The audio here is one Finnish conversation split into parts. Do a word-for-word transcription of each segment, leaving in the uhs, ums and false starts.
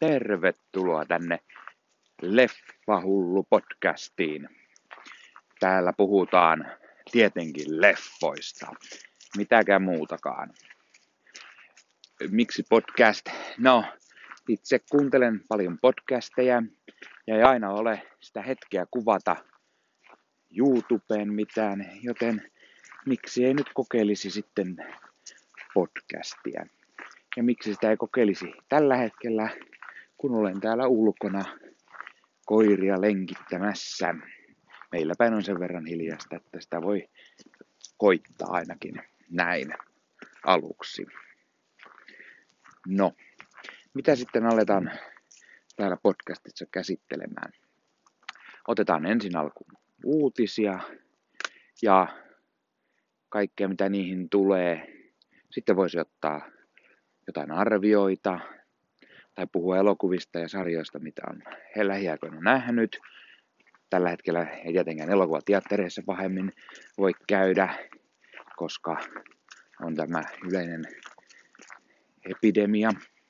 Tervetuloa tänne Leffahullu podcastiin. Täällä puhutaan tietenkin leffoista, mitäkään muutakaan. Miksi podcast? No, itse kuuntelen paljon podcasteja ja ei aina ole sitä hetkeä kuvata YouTubeen mitään, joten miksi ei nyt kokeilisi sitten podcastia? Ja miksi sitä ei kokeilisi tällä hetkellä, kun olen täällä ulkona koiria lenkittämässä. Meillä päin on sen verran hiljasta, että sitä voi koittaa ainakin näin aluksi. No, mitä sitten aletaan täällä podcastissa käsittelemään? Otetaan ensin alkuun uutisia ja kaikkea mitä niihin tulee. Sitten voisi ottaa jotain arvioita tai puhua elokuvista ja sarjoista, mitä on he lähiaikoina nähnyt. Tällä hetkellä ei tietenkään elokuvateattereissa pahemmin voi käydä, koska on tämä yleinen epidemia,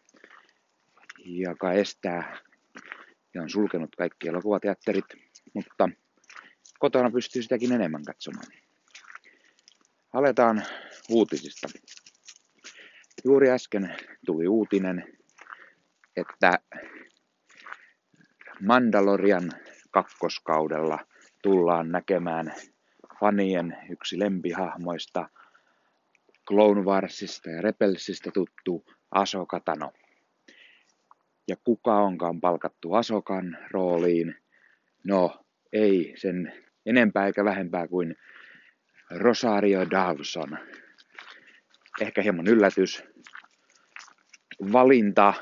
joka estää ja on sulkenut kaikki elokuvateatterit, mutta kotona pystyy sitäkin enemmän katsomaan. Aletaan uutisista. Juuri äsken tuli uutinen, että Mandalorian kakkoskaudella tullaan näkemään fanien yksi lempihahmoista, Clone Warsista ja Rebelsistä tuttu Ahsoka Tano. Ja kuka onkaan palkattu Ahsokan rooliin? No, ei sen enempää eikä vähempää kuin Rosario Dawson. Ehkä hieman yllätys. Valinta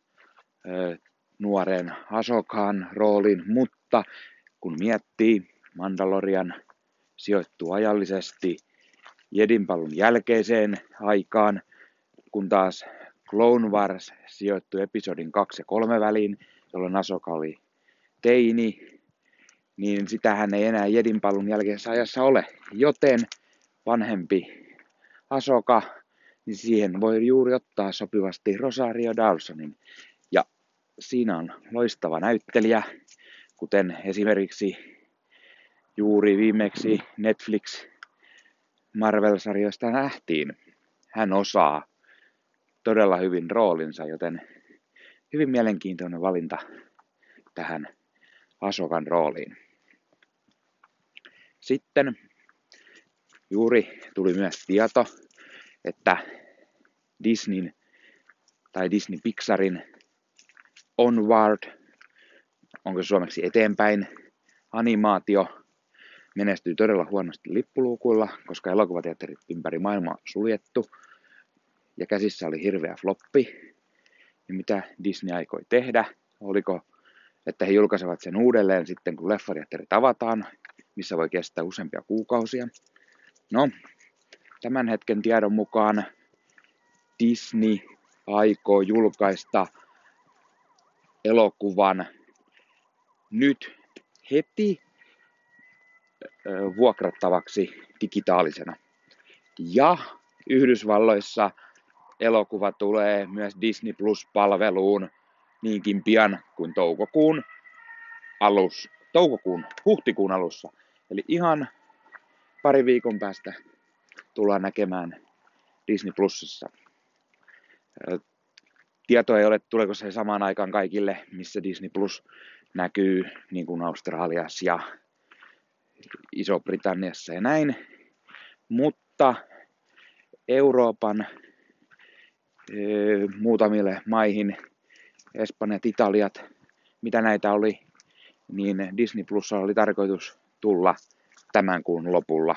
nuoren Ahsokan roolin, mutta kun miettii, Mandalorian sijoittuu ajallisesti Jedinpalvelun jälkeiseen aikaan, kun taas Clone Wars sijoittui episodin kaksi ja kolme väliin, jolloin Ahsoka oli teini, niin sitähän ei enää Jedinpalvelun jälkeisessä ajassa ole, joten vanhempi Ahsoka, niin siihen voi juuri ottaa sopivasti Rosario Dawsonin. Ja siinä on loistava näyttelijä, kuten esimerkiksi juuri viimeksi Netflix Marvel-sarjoista nähtiin. Hän osaa todella hyvin roolinsa, joten hyvin mielenkiintoinen valinta tähän Ahsokan rooliin. Sitten juuri tuli myös tieto, että Disneyn tai Disney Pixarin Onward, onko se suomeksi eteenpäin, animaatio menestyi todella huonosti lippuluukuilla, koska elokuvateatterit ympäri maailmaa suljettu ja käsissä oli hirveä floppi. Ja mitä Disney aikoi tehdä? Oliko, että he julkaisevat sen uudelleen sitten, kun leffateatterit avataan, missä voi kestää useampia kuukausia? No, tämän hetken tiedon mukaan Disney aikoo julkaista elokuvan nyt heti vuokrattavaksi digitaalisena. Ja Yhdysvalloissa elokuva tulee myös Disney Plus-palveluun niinkin pian kuin toukokuun alus, toukokuun, huhtikuun alussa. Eli ihan pari viikon päästä tullaan näkemään Disney Plusissa. Tieto ei ole, tuleeko se samaan aikaan kaikille, missä Disney Plus näkyy, niin kuin Australiassa ja Iso-Britanniassa ja näin. Mutta Euroopan e, muutamille maihin, Espanjat, Italiat, mitä näitä oli, niin Disney Plus oli tarkoitus tulla tämän kuun lopulla.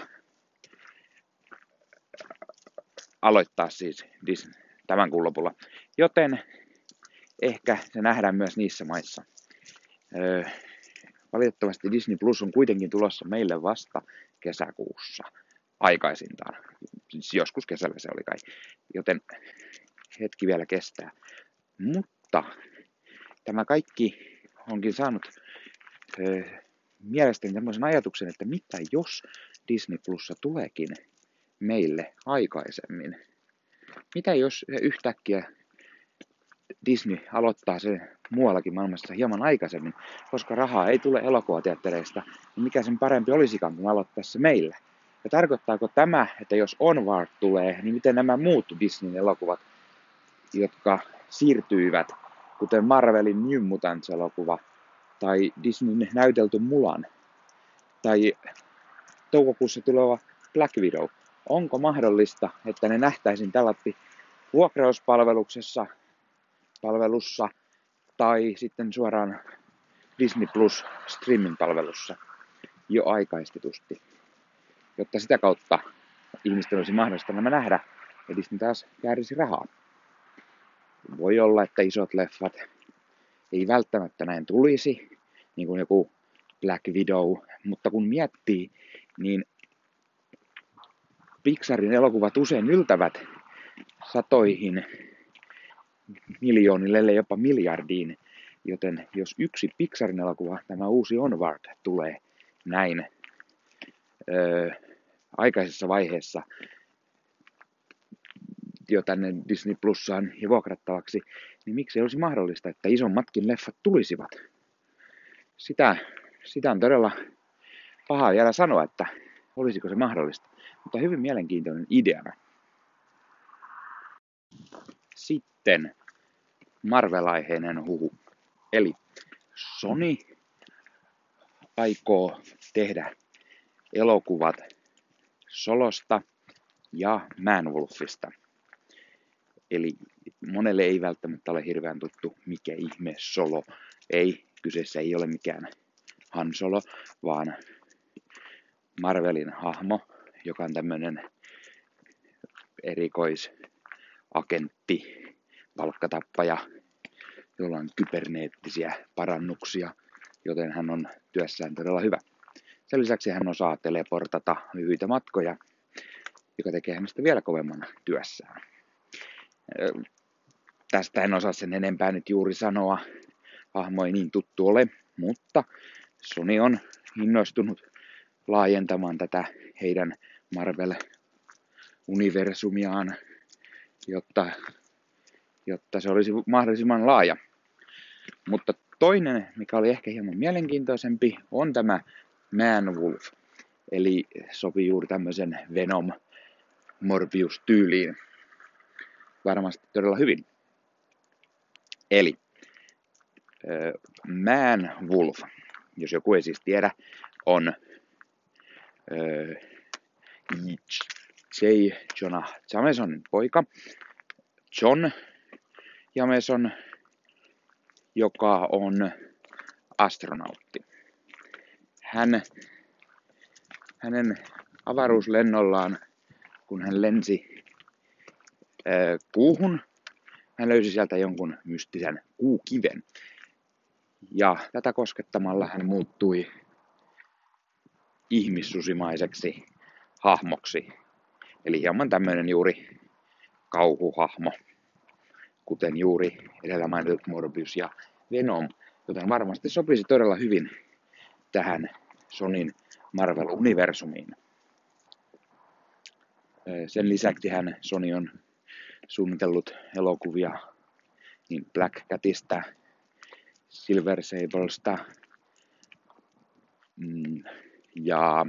Aloittaa siis Disney tämän kuun lopulla. Joten ehkä se nähdään myös niissä maissa. Öö, valitettavasti Disney Plus on kuitenkin tulossa meille vasta kesäkuussa aikaisintaan. Siis joskus kesällä se oli kai. Joten hetki vielä kestää. Mutta tämä kaikki onkin saanut öö, mielestäni tämmöisen ajatuksen, että mitä jos Disney Plussa tuleekin meille aikaisemmin? Mitä jos yhtäkkiä Disney aloittaa sen muuallakin maailmassa hieman aikaisemmin, koska rahaa ei tule elokuvateattereista, niin mikä sen parempi olisikaan kuin aloittaa se meillä. Ja tarkoittaako tämä, että jos Onward tulee, niin miten nämä muut Disneyn elokuvat, jotka siirtyivät, kuten Marvelin New Mutants-elokuva, tai Disneyn näytelty Mulan, tai toukokuussa tuleva Black Widow, onko mahdollista, että ne nähtäisiin tällä vuokrauspalveluksessa, palvelussa, tai sitten suoraan Disney Plus streaming-palvelussa jo aikaistetusti, jotta sitä kautta ihmisten olisi mahdollista nämä nähdä, ja Disney taas käärisi rahaa. Voi olla, että isot leffat ei välttämättä näin tulisi, niin kuin joku Black Widow, mutta kun miettii, niin Pixarin elokuvat usein yltävät satoihin miljoonille, ellei jopa miljardiin, joten jos yksi Pixarin elokuva, tämä uusi Onward, tulee näin öö, aikaisessa vaiheessa jo tänne Disney Plussaan ja vuokrattavaksi, niin miksi ei olisi mahdollista, että isommatkin leffat tulisivat? Sitä, sitä on todella paha vielä sanoa, että olisiko se mahdollista, mutta hyvin mielenkiintoinen ideana. Sitten Marvel-aiheinen huhu. Eli Sony aikoo tehdä elokuvat Solosta ja Man-Wolfista. Eli monelle ei välttämättä ole hirveän tuttu, mikä ihme Solo. Ei, kyseessä ei ole mikään Han Solo, vaan Marvelin hahmo, joka on tämmöinen erikoisagentti, palkkatappaja, jolla on kyberneettisiä parannuksia, joten hän on työssään todella hyvä. Sen lisäksi hän osaa teleportata lyhyitä matkoja, joka tekee hänestä vielä kovemman työssään. Tästä en osaa sen enempää nyt juuri sanoa, hahmo ei niin tuttu ole, mutta Sony on innostunut laajentamaan tätä heidän Marvel-universumiaan, jotta, jotta se olisi mahdollisimman laaja. Mutta toinen, mikä oli ehkä hieman mielenkiintoisempi, on tämä Man-Wolf, eli sopii juuri tämmöisen Venom Morbius-tyyliin varmasti todella hyvin. Eli äh, Man-Wolf, jos joku ei siis tiedä, on äh, J. Jonah Jamesonin poika, John Jameson, joka on astronautti. Hän, hänen avaruuslennollaan, kun hän lensi ää, kuuhun, hän löysi sieltä jonkun mystisen kuukiven. Ja tätä koskettamalla hän muuttui ihmissusimaiseksi hahmoksi. Eli hieman tämmöinen juuri kauhuhahmo, kuten juuri edellä mainitut Morbius ja Venom, joten varmasti sopisi todella hyvin tähän Sonyn Marvel-universumiin. Sen lisäksi hän Sony on suunnitellut elokuvia niin Black Catista, Silver Sablesta mm, ja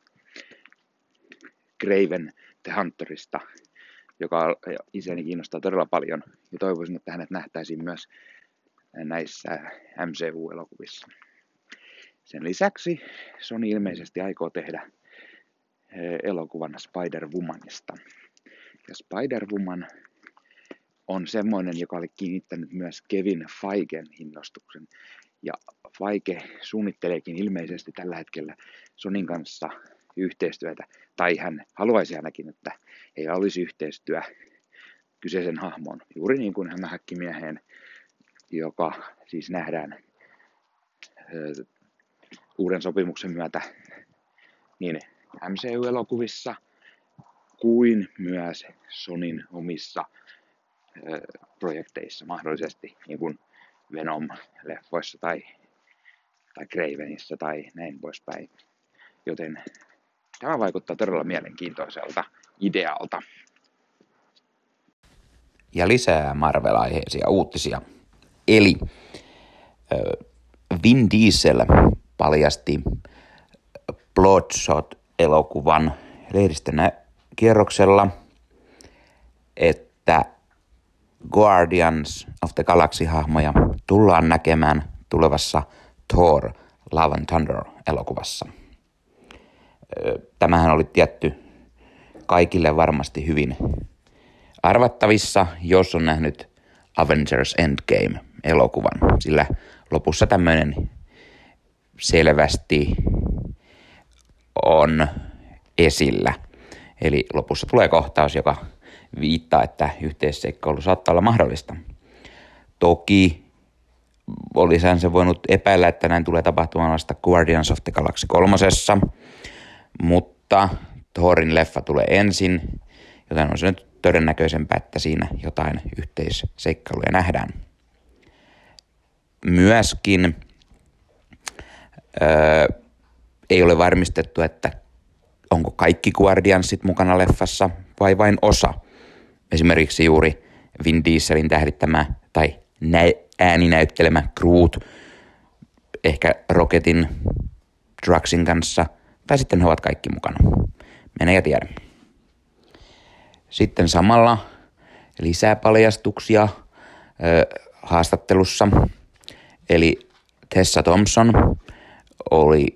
Kraven the Hunterista, joka itseäni kiinnostaa todella paljon, ja toivoisin, että hänet nähtäisiin myös näissä M C U-elokuvissa. Sen lisäksi Sony ilmeisesti aikoo tehdä elokuvan Spider-Womanista. Ja Spider-Woman on semmoinen, joka oli kiinnittänyt myös Kevin Feigen innostuksen. Ja Feige suunnitteleekin ilmeisesti tällä hetkellä Sonyn kanssa yhteistyötä, tai hän haluaisi ainakin, että heillä olisi yhteistyö kyseisen hahmon, juuri niin kuin hämähäkkimieheen, joka siis nähdään ö, uuden sopimuksen myötä niin M C U-elokuvissa kuin myös Sonyn omissa ö, projekteissa mahdollisesti, niin kuin Venom-leffoissa tai, tai Cravenissä tai näin poispäin. Joten tämä vaikuttaa todella mielenkiintoiselta idealta. ja lisää Marvel-aiheisia uutisia. Eli Vin Diesel paljasti Bloodshot-elokuvan lehdistön kierroksella, että Guardians of the Galaxy-hahmoja tullaan näkemään tulevassa Thor Love and Thunder-elokuvassa. Tämähän oli tietty kaikille varmasti hyvin arvattavissa, jos on nähnyt Avengers Endgame-elokuvan, sillä lopussa tämmöinen selvästi on esillä. Eli lopussa tulee kohtaus, joka viittaa, että yhteisseikkailu saattaa olla mahdollista. Toki olisihan se voinut epäillä, että näin tulee tapahtumaan vasta Guardians of the Galaxy kolmosessa, mutta Thorin leffa tulee ensin, joten on se nyt todennäköisempää, että siinä jotain yhteisseikkailuja nähdään. Myöskin öö, ei ole varmistettu, että onko kaikki Guardiansit mukana leffassa vai vain osa. Esimerkiksi juuri Vin Dieselin tähdittämä tai nä- ääninäyttelemä Groot, ehkä Rocketin, Draxin kanssa, tai sitten he ovat kaikki mukana. Mene ja tiedä. Sitten samalla lisää paljastuksia ö, haastattelussa. Eli Tessa Thompson oli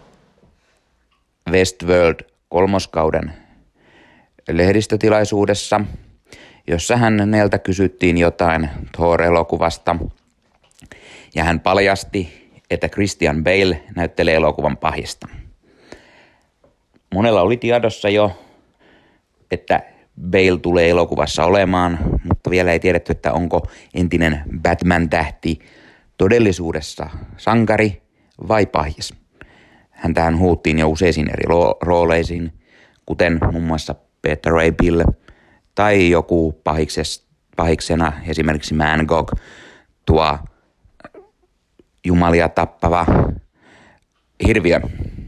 Westworld kolmoskauden lehdistötilaisuudessa, jossa häneltä kysyttiin jotain Thor-elokuvasta, ja hän paljasti, että Christian Bale näyttelee elokuvan pahista. Monella oli tiedossa jo, että Bale tulee elokuvassa olemaan, mutta vielä ei tiedetty, että onko entinen Batman-tähti todellisuudessa sankari vai pahis. Häntähän huuttiin jo useisiin eri rooleisiin, kuten muun muassa Peter Ray Bill tai joku pahikses, pahiksena esimerkiksi Mangog, tuo jumalia tappava hirviö.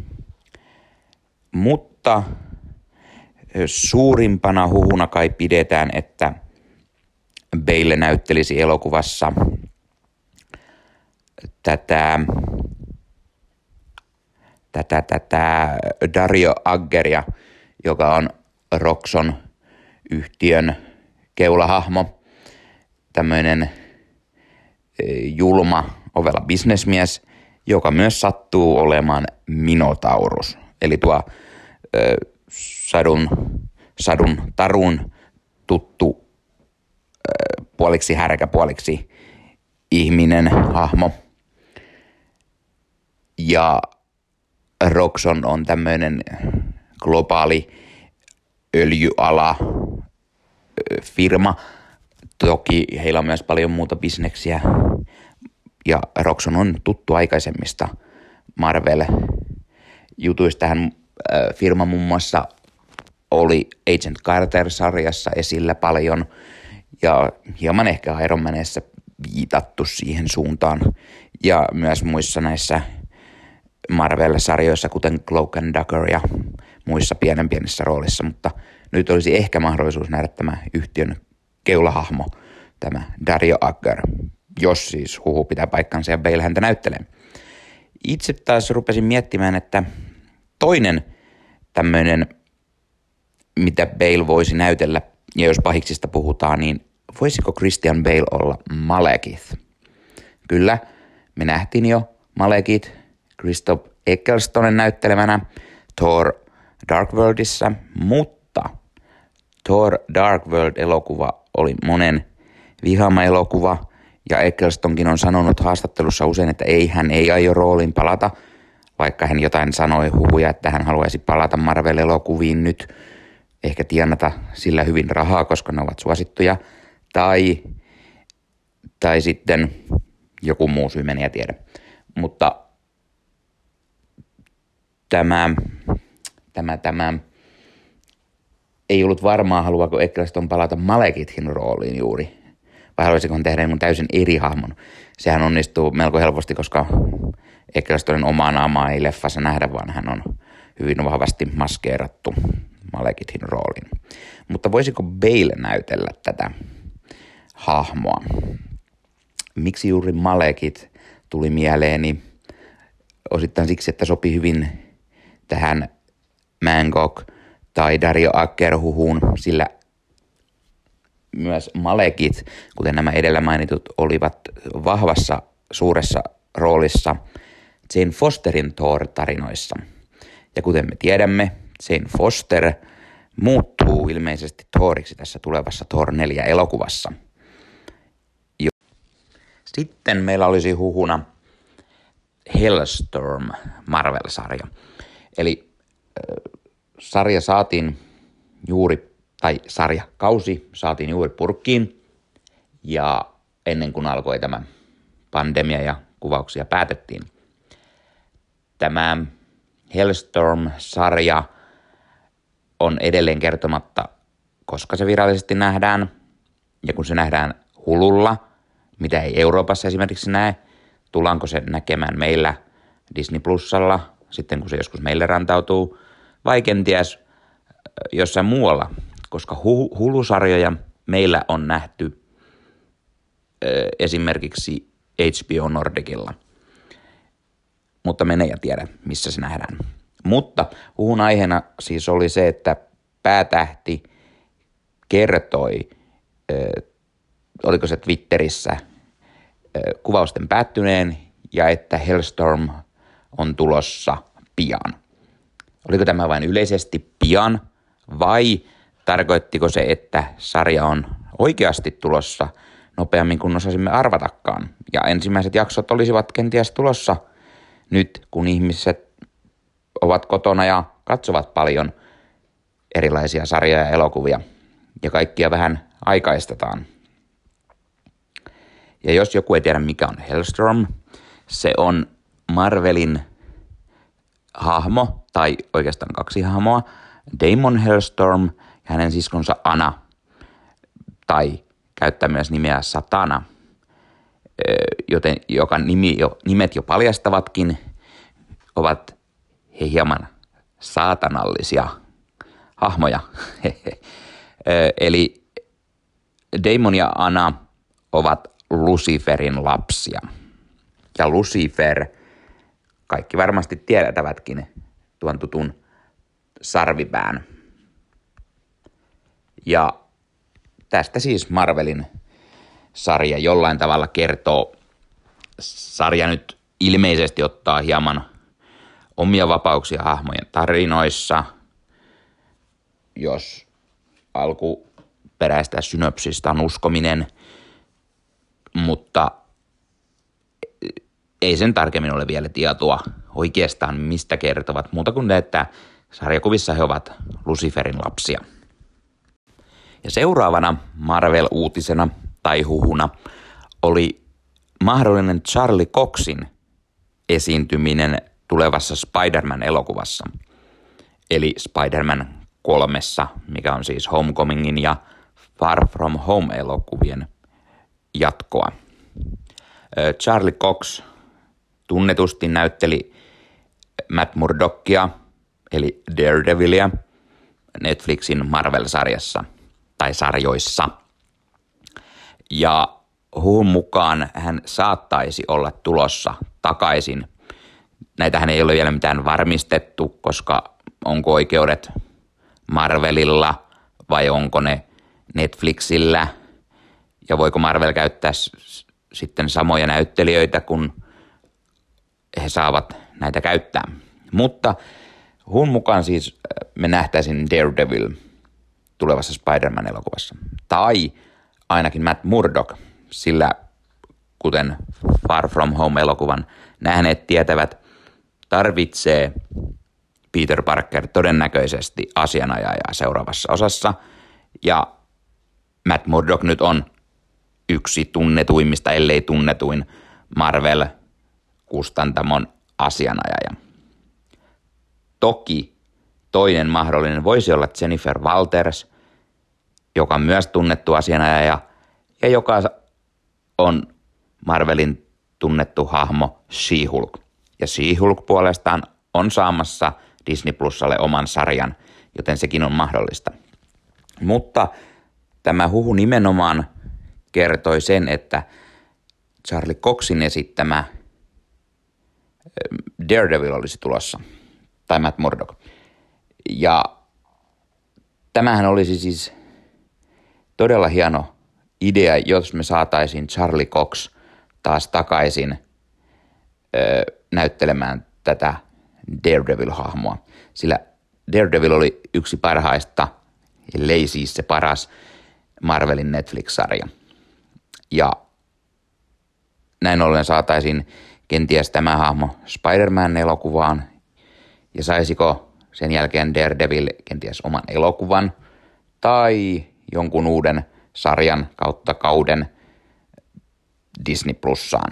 Mutta suurimpana huhuna kai pidetään, että Bale näyttelisi elokuvassa tätä, tätä, tätä Dario Aggeria, joka on Roxxon yhtiön keulahahmo, tämmöinen julma, ovela bisnesmies, joka myös sattuu olemaan Minotaurus, eli tuo ö, sadun, sadun tarun tuttu ö, puoliksi härkä, puoliksi ihminen hahmo. Ja Roxxon on tämmöinen globaali öljyala firma. Toki heillä on myös paljon muuta bisneksiä. Ja Roxxon on tuttu aikaisemmista Marvel-jutuista. Hän äh, firma muun muassa oli Agent Carter-sarjassa esillä paljon. Ja hieman ehkä Iron Manissa viitattu siihen suuntaan. Ja myös muissa näissä Marvel-sarjoissa, kuten Cloak and Dagger ja muissa pienen pienissä roolissa, mutta nyt olisi ehkä mahdollisuus nähdä tämä yhtiön keulahahmo, tämä Dario Agger, jos siis huhu pitää paikkansa ja Bale häntä näyttelee. Itse taas rupesin miettimään, että toinen tämmöinen, mitä Bale voisi näytellä, ja jos pahiksista puhutaan, niin voisiko Christian Bale olla Malekith? Kyllä, me nähtiin jo Malekith Christoph Ecclestonen näyttelemänä Thor Dark Worldissa, mutta Thor Dark World-elokuva oli monen vihaama elokuva, ja Ecclestonkin on sanonut haastattelussa usein, että ei, hän ei aio rooliin palata, vaikka hän jotain sanoi huhuja, että hän haluaisi palata Marvel-elokuviin nyt, ehkä tienata sillä hyvin rahaa, koska ne ovat suosittuja, tai, tai sitten joku muu syy, meni ja tiedä. Mutta tämä, tämä, tämä ei ollut varmaa, haluaako Eccleston palata Malekithin rooliin juuri, vai haluaisiko hän tehdä jonkun täysin eri hahmon. Sehän onnistuu melko helposti, koska Ecclestonin omaa naamaa ei leffassa nähdä, vaan hän on hyvin vahvasti maskeerattu Malekithin rooliin. Mutta voisiko Bale näytellä tätä? hahmoa. Miksi juuri Malekith tuli mieleeni? Osittain siksi, että sopi hyvin tähän Mangok tai Dario Agger-huhuun, sillä myös Malekith, kuten nämä edellä mainitut, olivat vahvassa suuressa roolissa Jane Fosterin Thor-tarinoissa. Ja kuten me tiedämme, Jane Foster muuttuu ilmeisesti Thoriksi tässä tulevassa Thor neljä elokuvassa. Sitten meillä olisi huhuna Hellstorm Marvel-sarja. Eli äh, sarja saatiin juuri, tai sarjakausi saatiin juuri purkkiin, ja ennen kuin alkoi tämä pandemia ja kuvauksia päätettiin. Tämä Hellstorm-sarja on edelleen kertomatta, koska se virallisesti nähdään, ja kun se nähdään Hululla, mitä ei Euroopassa esimerkiksi näe, tullaanko se näkemään meillä Disney Plusalla, sitten kun se joskus meille rantautuu, vai kenties jossain muualla, koska Hulu-sarjoja meillä on nähty ö, esimerkiksi H B O Nordicilla, mutta me ei tiedä, missä se nähdään. Mutta huhun aiheena siis oli se, että päätähti kertoi, ö, oliko se Twitterissä, ö, kuvausten päättyneen ja että Hellstorm on tulossa pian. Oliko tämä vain yleisesti pian vai tarkoittiko se, että sarja on oikeasti tulossa nopeammin kuin osasimme arvatakaan? Ja ensimmäiset jaksot olisivat kenties tulossa nyt, kun ihmiset ovat kotona ja katsovat paljon erilaisia sarjoja ja elokuvia ja kaikkia vähän aikaistetaan. Ja jos joku ei tiedä mikä on Hellstorm, se on Marvelin hahmo, tai oikeastaan kaksi hahmoa, Damon Hellstorm ja hänen siskonsa Anna, tai käyttää myös nimeä Satana, joten joka nimi jo, nimet jo paljastavatkin, ovat he hieman saatanallisia hahmoja. Eli Damon ja Anna ovat Luciferin lapsia. Ja Lucifer, kaikki varmasti tiedetävätkin tuon tutun sarvipään. Ja tästä siis Marvelin sarja jollain tavalla kertoo. Sarja nyt ilmeisesti ottaa hieman omia vapauksia hahmojen tarinoissa, jos alkuperäistä synopsista on uskominen, mutta ei sen tarkemmin ole vielä tietoa oikeastaan mistä kertovat, muuta kuin että sarjakuvissa he ovat Luciferin lapsia. Ja seuraavana Marvel-uutisena tai huhuna oli mahdollinen Charlie Coxin esiintyminen tulevassa Spider-Man-elokuvassa. Eli Spider-Man kolmessa, mikä on siis Homecomingin ja Far From Home-elokuvien jatkoa. Charlie Cox tunnetusti näytteli Matt Murdockia, eli Daredevilia, Netflixin Marvel-sarjassa tai sarjoissa. Ja huhun mukaan hän saattaisi olla tulossa takaisin. Näitähän ei ole vielä mitään varmistettu, koska onko oikeudet Marvelilla vai onko ne Netflixillä. Ja voiko Marvel käyttää s- sitten samoja näyttelijöitä, kun he saavat näitä käyttää. Mutta huhun mukaan siis me nähtäisin Daredevil tulevassa Spider-Man-elokuvassa. Tai ainakin Matt Murdock, sillä kuten Far From Home-elokuvan nähneet tietävät, tarvitsee Peter Parker todennäköisesti asianajajaa seuraavassa osassa. Ja Matt Murdock nyt on yksi tunnetuimmista, ellei tunnetuin Marvel-kustantamon asianajaja. Toki toinen mahdollinen voisi olla Jennifer Walters, joka on myös tunnettu asianajaja ja joka on Marvelin tunnettu hahmo She-Hulk. Ja She-Hulk puolestaan on saamassa Disney Plusalle oman sarjan, joten sekin on mahdollista. Mutta tämä huhu nimenomaan kertoi sen, että Charlie Coxin esittämä Daredevil olisi tulossa, tai Matt Murdock. Ja tämähän olisi siis todella hieno idea, jos me saataisiin Charlie Cox taas takaisin ö, näyttelemään tätä Daredevil-hahmoa. Sillä Daredevil oli yksi parhaista, ellei siis se paras Marvelin Netflix-sarja. Ja näin ollen saataisiin kenties tämä hahmo Spider-Man-elokuvaan, ja saisiko sen jälkeen Daredevil kenties oman elokuvan tai jonkun uuden sarjan kautta kauden Disney Plussaan.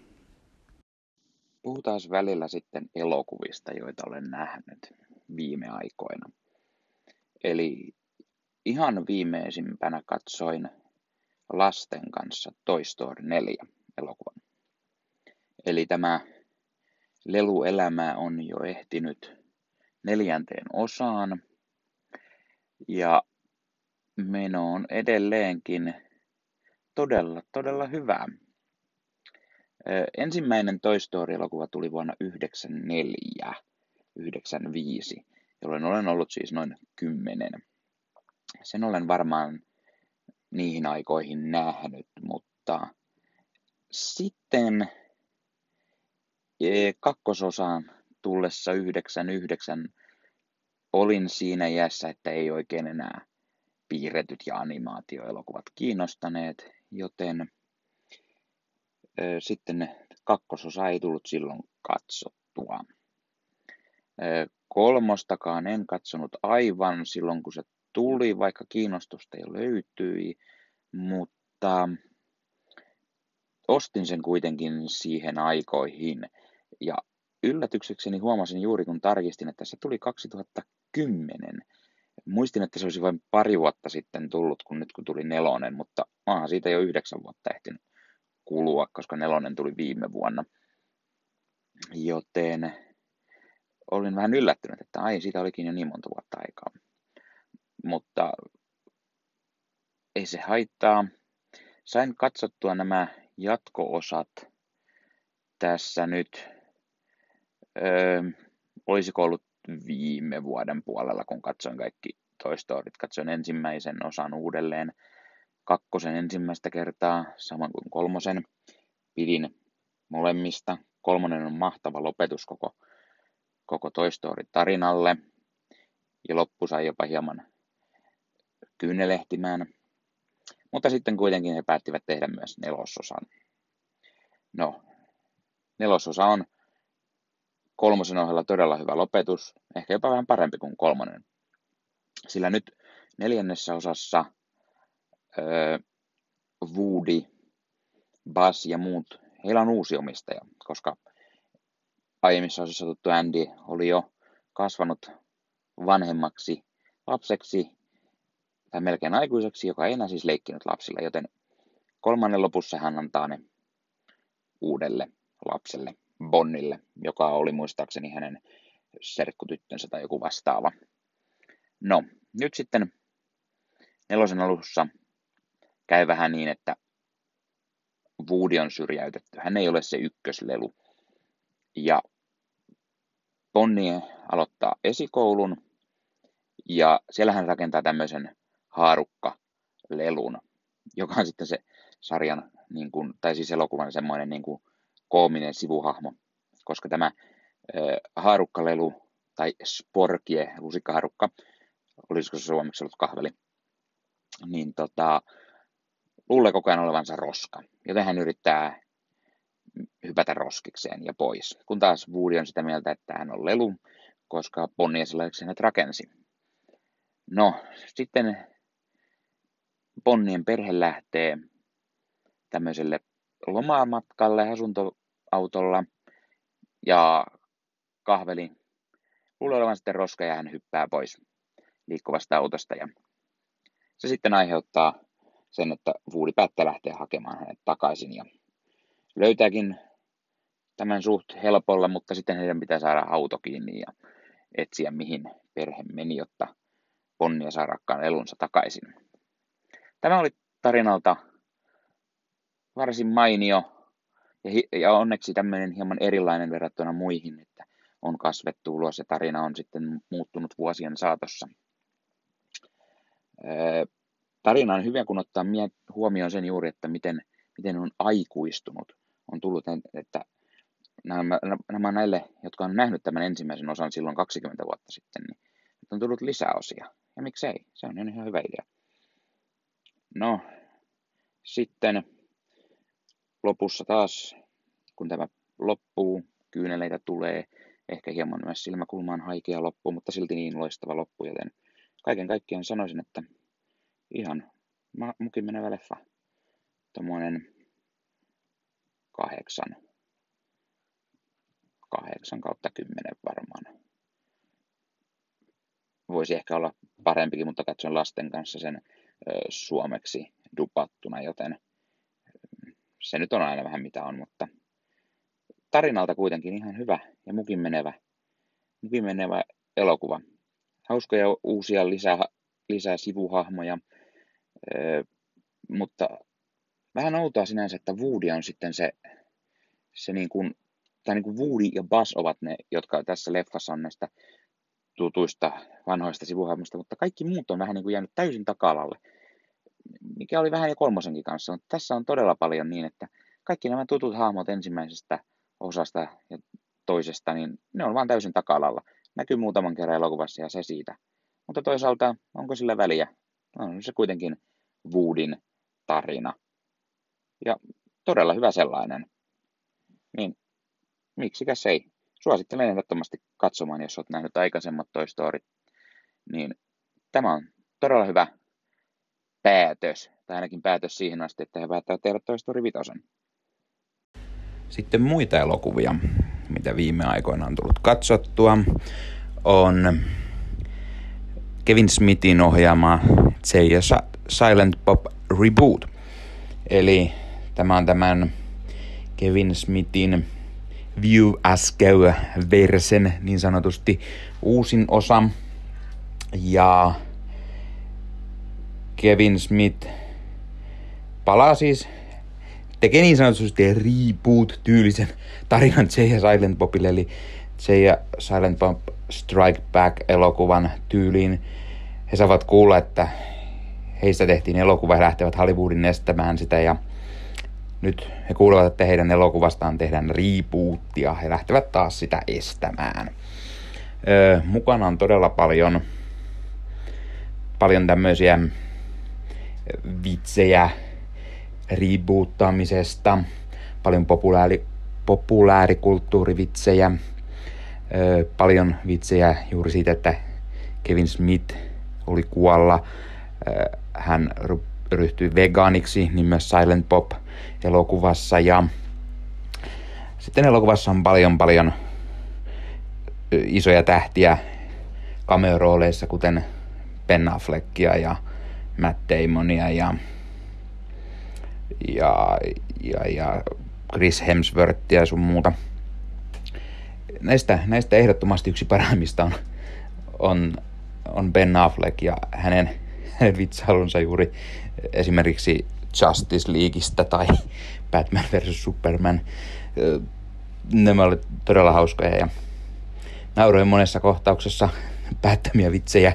Puhutaan välillä sitten elokuvista, joita olen nähnyt viime aikoina. Eli ihan viimeisimpänä katsoin lasten kanssa Toy Story neljä elokuvan. Eli tämä leluelämä on jo ehtinyt neljänteen osaan ja meno on edelleenkin todella, todella hyvä. Ensimmäinen Toy Story-elokuva tuli vuonna yhdeksänkymmentäneljä yhdeksänkymmentäviisi, jolloin olen ollut siis noin kymmenen. Sen olen varmaan niihin aikoihin nähnyt, mutta sitten kakkososaan tullessa yhdeksänkymmentäyhdeksän olin siinä iässä, että ei oikein enää piirretyt ja animaatioelokuvat kiinnostaneet, joten ö, sitten kakkososa ei tullut silloin katsottua. Ö, kolmostakaan en katsonut aivan silloin, kun se tuli, vaikka kiinnostusta jo löytyi, mutta ostin sen kuitenkin siihen aikoihin. Ja yllätyksekseni huomasin juuri, kun tarkistin, että se tuli kaksituhattakymmenen. Muistin, että se olisi vain pari vuotta sitten tullut, kun nyt kun tuli nelonen, mutta onhan siitä jo yhdeksän vuotta ehtinyt kulua, koska nelonen tuli viime vuonna. Joten olin vähän yllättynyt, että ai, siitä olikin jo niin monta vuotta aikaa. Mutta ei se haittaa. Sain katsottua nämä jatko-osat tässä nyt, öö, olisiko ollut viime vuoden puolella, kun katsoin kaikki Toy Storyt. Katsoin ensimmäisen osan uudelleen, kakkosen ensimmäistä kertaa, samoin kuin kolmosen. Pidin molemmista. Kolmonen on mahtava lopetus koko, koko Toy Story-tarinalle. Ja loppu sai jopa hieman kyynelehtimään. Mutta sitten kuitenkin he päättivät tehdä myös nelososan. No, nelososa on kolmosen ohella todella hyvä lopetus, ehkä jopa vähän parempi kuin kolmonen. Sillä nyt neljännessä osassa öö, Woody, Buzz ja muut, heillä on uusi omistaja, koska aiemmissa osissa tuttu Andy oli jo kasvanut vanhemmaksi lapseksi, tai melkein aikuiseksi, joka ei enää siis leikkinyt lapsilla, joten kolmannen lopussa hän antaa ne uudelle lapselle, Bonnille, joka oli muistaakseni hänen serkkutyttönsä tai joku vastaava. No, nyt sitten nelosen alussa käy vähän niin, että Woody on syrjäytetty. Hän ei ole se ykköslelu. Ja Bonnie aloittaa esikoulun, ja siellä hän rakentaa tämmöisen haarukkalelun, joka on sitten se sarjan, niin kuin, tai siis elokuvan semmoinen niin kuin koominen sivuhahmo, koska tämä äh, haarukkalelu, tai sporkie, lusikkaharukka, olisiko se suomeksi ollut kahveli, niin tota, luulee koko ajan olevansa roska, joten hän yrittää hypätä roskikseen ja pois, kun taas Woody on sitä mieltä, että hän on lelu, koska Bonnie sellaiseksi hänet rakensi. No, sitten Bonnien perhe lähtee tämmöiselle lomamatkalle asuntoautolla, ja kahveli luulee olevan sitten roska, ja hän hyppää pois liikkuvasta autosta, ja se sitten aiheuttaa sen, että Woody päättää lähteä hakemaan hänet takaisin, ja löytääkin tämän suht helpolla, mutta sitten heidän pitää saada auto kiinni ja etsiä, mihin perhe meni, jotta Bonnie saa rakkaan elunsa takaisin. Tämä oli tarinalta varsin mainio ja, hi- ja onneksi tämmöinen hieman erilainen verrattuna muihin, että on kasvettu ulos ja tarina on sitten muuttunut vuosien saatossa. Öö, tarina on hyvä, kun ottaa huomioon sen juuri, että miten, miten on aikuistunut. On tullut, että nämä, nämä näille, jotka on nähnyt tämän ensimmäisen osan silloin kaksikymmentä vuotta sitten, niin on tullut lisäosia. Ja miksei? Se on ihan hyvä idea. No, sitten lopussa taas, kun tämä loppuu, kyyneleitä tulee, ehkä hieman myös silmäkulmaan haikea loppu, mutta silti niin loistava loppu, joten kaiken kaikkiaan sanoisin, että ihan mukin menevä leffa. Tommoinen kahdeksan. Kahdeksan kautta kymmenen varmaan. Voisi ehkä olla parempikin, mutta katson lasten kanssa sen ö, suomeksi dupattuna, joten se nyt on aina vähän mitä on, mutta tarinalta kuitenkin ihan hyvä ja mukin menevä, mukin menevä elokuva. Hauskoja uusia lisää, lisää sivuhahmoja, ö, mutta vähän outoa sinänsä, että Woody on sitten se, se niin kuin, tai niin kuin Woody ja Buzz ovat ne, jotka tässä leffassa on näistä tutuista vanhoista sivuhahmoista, mutta kaikki muut on vähän niin kuin jäänyt täysin taka-alalle, mikä oli vähän jo kolmosenkin kanssa, mutta tässä on todella paljon niin, että kaikki nämä tutut hahmot ensimmäisestä osasta ja toisesta, niin ne on vaan täysin taka-alalla. Näkyy muutaman kerran elokuvassa ja se siitä. Mutta toisaalta, onko sillä väliä? On se kuitenkin Woodyn tarina. Ja todella hyvä sellainen. Niin, miksikäs ei? Suosittelen ehdottomasti katsomaan, jos olet nähnyt aikaisemmat Toy Story. Niin tämä on todella hyvä päätös, tai ainakin päätös siihen asti, että he päättävät tehdä Toy Story vitosen. Sitten muita elokuvia, mitä viime aikoina on tullut katsottua, on Kevin Smithin ohjaama Seiya Silent Bob Reboot. Eli tämä on tämän Kevin Smithin View Askew-versen niin sanotusti uusin osa. Ja Kevin Smith palaa siis, tekee niin sanotusti reboot-tyylisen tarinan Seiya Silent Bobille, eli Seiya Silent Bob Strike Back-elokuvan tyyliin. He saavat kuulla, että heistä tehtiin elokuva, he lähtevät Hollywoodin estämään sitä, ja nyt he kuulevat, että heidän elokuvastaan tehdään rebootia. He lähtevät taas sitä estämään. Öö, mukana on todella paljon, paljon tämmöisiä vitsejä reboottaamisesta, paljon populaari, populaarikulttuurivitsejä, öö, paljon vitsejä juuri siitä, että Kevin Smith oli kuolla. Öö, hän ryhtyi vegaaniksi, niin myös Silent Bob elokuvassa, ja sitten elokuvassa on paljon paljon isoja tähtiä cameo-rooleissa, kuten Ben Affleckia ja Matt Damonia ja, ja, ja, ja Chris Hemsworthia ja sun muuta. Näistä, näistä ehdottomasti yksi parhaimmista on, on, on Ben Affleck ja hänen, hänen vitsailunsa juuri esimerkiksi Justice Leagueista tai Batman versus Superman. Nämä olivat todella hauskoja ja nauroin monessa kohtauksessa päättämiä vitsejä.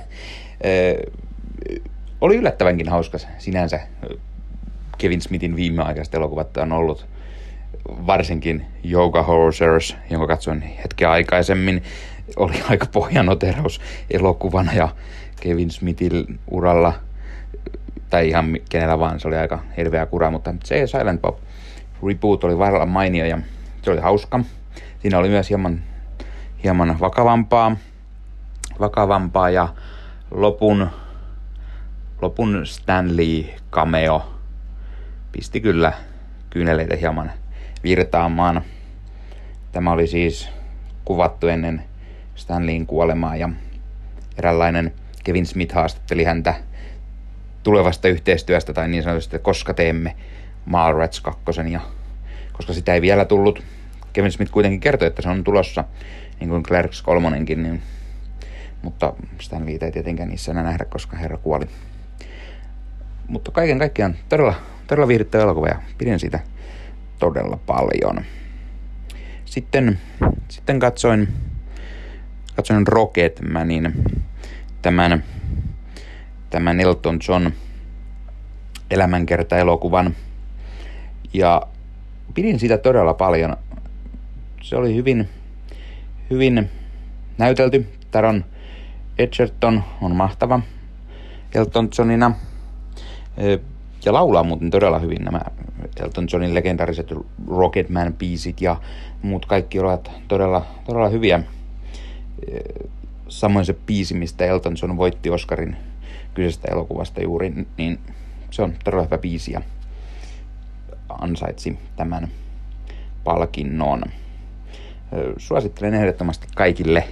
Oli yllättävänkin hauska sinänsä. Kevin Smithin viimeaikaiset elokuvat on ollut, varsinkin Yoga Hosers, jonka katsoin hetken aikaisemmin, oli aika pohjanoteraus elokuvana ja Kevin Smithin uralla, tai ihan kenellä vaan, se oli aika hirveä kura, mutta se Silent Bob Reboot oli varalla mainio ja se oli hauska. Siinä oli myös hieman, hieman vakavampaa, vakavampaa ja lopun, lopun Stanley cameo pisti kyllä kyyneleitä hieman virtaamaan. Tämä oli siis kuvattu ennen Stanleyin kuolemaa ja eräänlainen Kevin Smith haastatteli häntä tulevasta yhteistyöstä tai niin sanotusti, että koska teemme Mallrats kakkosen, ja koska sitä ei vielä tullut, Kevin Smith kuitenkin kertoi, että se on tulossa, niin kuin Clerks kolmonenkin, niin, mutta Stanleytä ei tietenkään niissä enää nähdä, koska herra kuoli. Mutta kaiken kaikkiaan todella todella viihdyttävä elokuva ja pidin siitä todella paljon. Sitten, sitten katsoin, katsoin Rocketmanin, tämän, tämän Elton John elämänkerta-elokuvan. Ja pidin sitä todella paljon. Se oli hyvin, hyvin näytelty. Taron Egerton on mahtava Elton Johnina. Ja laulaa muuten todella hyvin nämä Elton Johnin legendaariset Rocketman-biisit ja muut kaikki ovat todella, todella hyviä. Samoin se biisi, mistä Elton John voitti Oscarin kyseisestä elokuvasta juuri, niin se on todella hyvä biisi ja ansaitsi tämän palkinnon. Suosittelen ehdottomasti kaikille.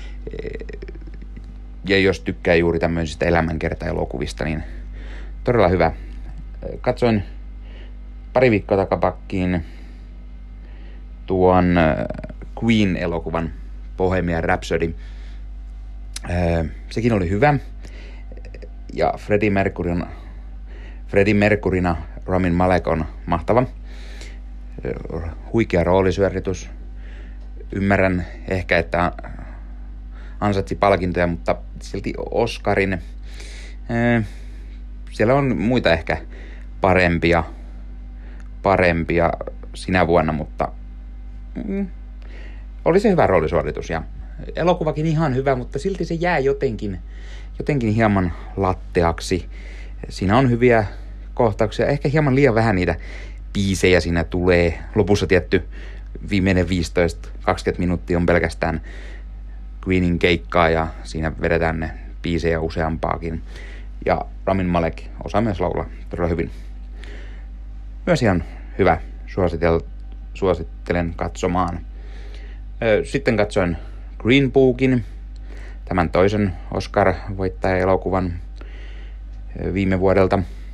Ja jos tykkää juuri tämmöisistä elämänkerta-elokuvista, niin todella hyvä. Katsoin pari viikkoa takapakkiin tuon Queen-elokuvan Bohemian Rhapsody. Sekin oli hyvä. Ja Freddie Mercury on, Freddie Mercuryna Rami Malek on mahtava. Huikea roolisuoritus. Ymmärrän ehkä, että ansaitsi palkintoja, mutta silti Oscarin. Siellä on muita ehkä parempia, parempia sinä vuonna, mutta mm, oli se hyvä roolisuoritus ja elokuvakin ihan hyvä, mutta silti se jää jotenkin, jotenkin hieman latteaksi. Siinä on hyviä kohtauksia, ehkä hieman liian vähän niitä biisejä siinä tulee. Lopussa tietty viimeinen viisitoista kaksikymmentä minuuttia on pelkästään Queenin keikkaa ja siinä vedetään ne biisejä useampaakin. Ja Rami Malek osaa myös laulaa todella hyvin. Myös ihan hyvä. Suositel, suosittelen katsomaan. Sitten katsoin Green Bookin, tämän toisen Oscar-voittaja-elokuvan viime vuodelta,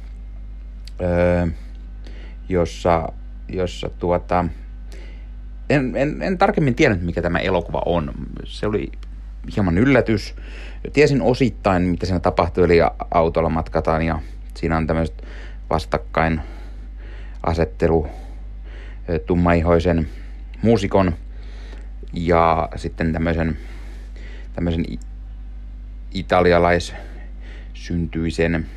jossa, jossa tuota, en, en, en tarkemmin tiennyt, mikä tämä elokuva on. Se oli hieman yllätys. Tiesin osittain, mitä siinä tapahtui, eli autolla matkataan ja siinä on tämmöiset vastakkain asettelu tummaihoisen muusikon ja sitten tämmöisen, tämmöisen italialaissyntyisen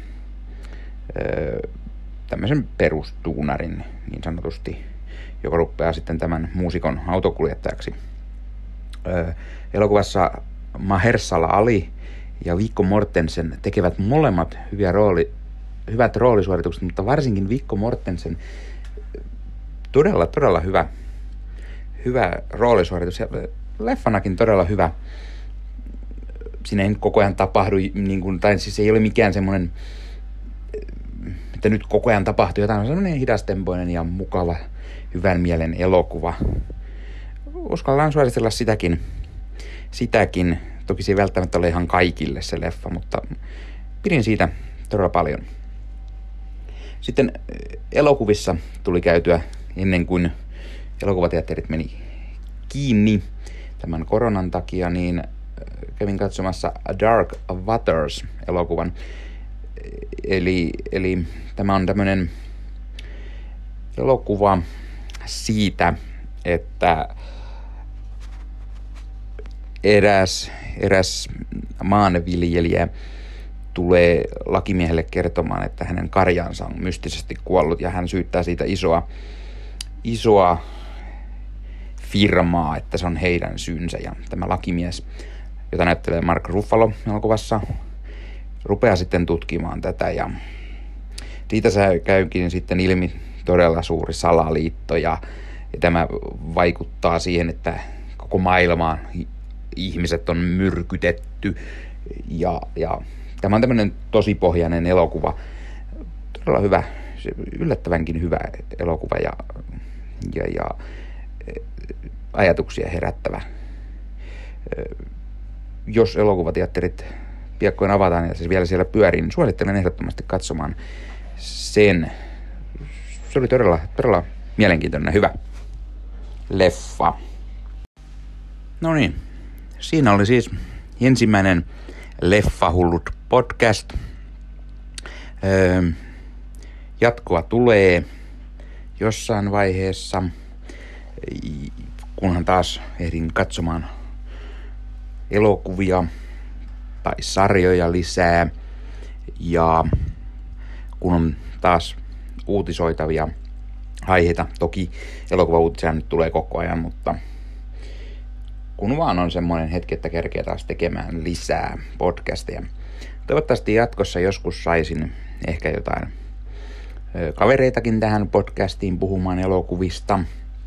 tämmöisen perustuunarin niin sanotusti, joka rupeaa sitten tämän muusikon autokuljettajaksi. Elokuvassa Mahershala Ali ja Viggo Mortensen tekevät molemmat hyviä rooli, hyvät roolisuoritukset, mutta varsinkin Viggo Mortensen todella, todella hyvä, hyvä roolisuoritus ja leffanakin todella hyvä. Siinä ei koko ajan tapahdu, niin kuin, tai siis ei ole mikään semmoinen, että nyt koko ajan tapahtuu jotain, on semmoinen hidastempoinen ja mukava, hyvän mielen elokuva. Uskallaan suositella sitäkin, sitäkin. Toki se ei välttämättä ole ihan kaikille se leffa, mutta pidin siitä todella paljon. Sitten elokuvissa tuli käytyä ennen kuin elokuvateatterit meni kiinni tämän koronan takia, niin kävin katsomassa Dark Waters-elokuvan. Eli, eli tämä on tämmöinen elokuva siitä, että eräs, eräs maanviljelijä tulee lakimiehelle kertomaan, että hänen karjansa on mystisesti kuollut ja hän syyttää siitä isoa, isoa firmaa, että se on heidän syynsä. Ja tämä lakimies, jota näyttelee Mark Ruffalo elokuvassa, rupeaa sitten tutkimaan tätä ja siitä se käykin sitten ilmi todella suuri salaliitto ja, ja tämä vaikuttaa siihen, että koko maailmaan ihmiset on myrkytetty ja, ja tämä on tämmöinen tosipohjainen elokuva, todella hyvä, yllättävänkin hyvä elokuva ja, ja, ja ajatuksia herättävä. Jos elokuvateatterit piakkoin avataan ja se vielä siellä pyörii, niin suosittelen ehdottomasti katsomaan sen. Se oli todella, todella mielenkiintoinen hyvä leffa. No niin, siinä oli siis ensimmäinen Leffahullut podcast. Öö, jatkoa tulee jossain vaiheessa, kunhan taas ehdin katsomaan elokuvia tai sarjoja lisää ja kun on taas uutisoitavia aiheita. Toki elokuvauutisia nyt tulee koko ajan, mutta kun vaan on semmoinen hetki, että kerkeä taas tekemään lisää podcasteja. Toivottavasti jatkossa joskus saisin ehkä jotain kavereitakin tähän podcastiin puhumaan elokuvista.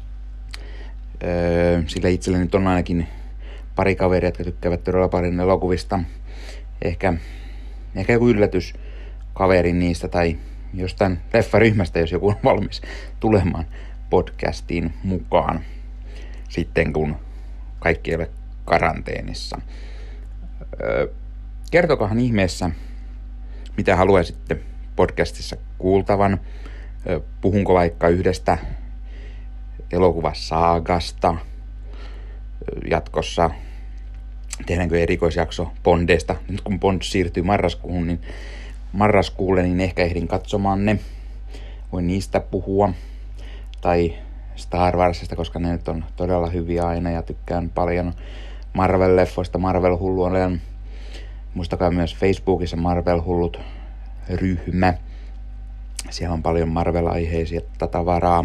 Sillä itselleni nyt on ainakin pari kaveria, jotka tykkäävät todella paljon elokuvista. Ehkä, ehkä joku yllätys kaveri niistä tai jostain leffaryhmästä, jos joku on valmis tulemaan podcastiin mukaan sitten, kun kaikki ei ole karanteenissa. Kertokahan ihmeessä, mitä haluaisitte podcastissa kuultavan. Puhunko vaikka yhdestä elokuvasaagasta jatkossa? Tehdäänkö erikoisjakso Bondeista? Nyt kun Bond siirtyy marraskuuhun, niin marraskuulle, niin ehkä ehdin katsomaan ne. Voin niistä puhua. Tai Star Warsista, koska ne nyt on todella hyviä aina ja tykkään paljon Marvel-leffoista. Marvel-hullu olen. Muistakaa myös Facebookissa Marvel-hullut ryhmä. Siellä on paljon Marvel-aiheisia tavaraa.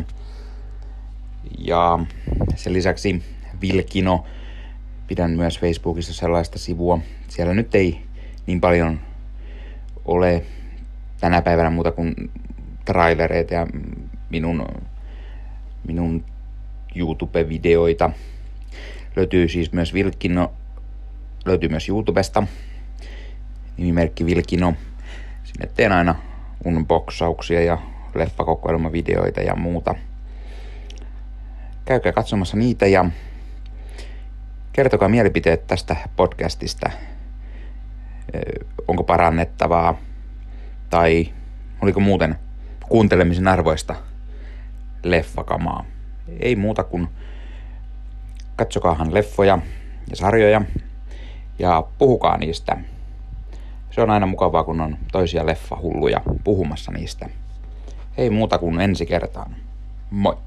Ja sen lisäksi Vilkino. Pidän myös Facebookissa sellaista sivua. Siellä nyt ei niin paljon ole tänä päivänä muuta kuin trailereita ja minun, minun YouTube-videoita. Löytyy siis myös Vilkino, löytyy myös YouTubesta, nimimerkki Vilkino. Sinne teen aina unboxauksia ja leffakokoelmavideoita ja muuta. Käykää katsomassa niitä ja kertokaa mielipiteet tästä podcastista. Onko parannettavaa tai oliko muuten kuuntelemisen arvoista leffakamaa. Ei muuta kuin katsokaahan leffoja ja sarjoja ja puhukaa niistä. Se on aina mukavaa, kun on toisia leffahulluja puhumassa niistä. Ei muuta kuin ensi kertaan. Moi!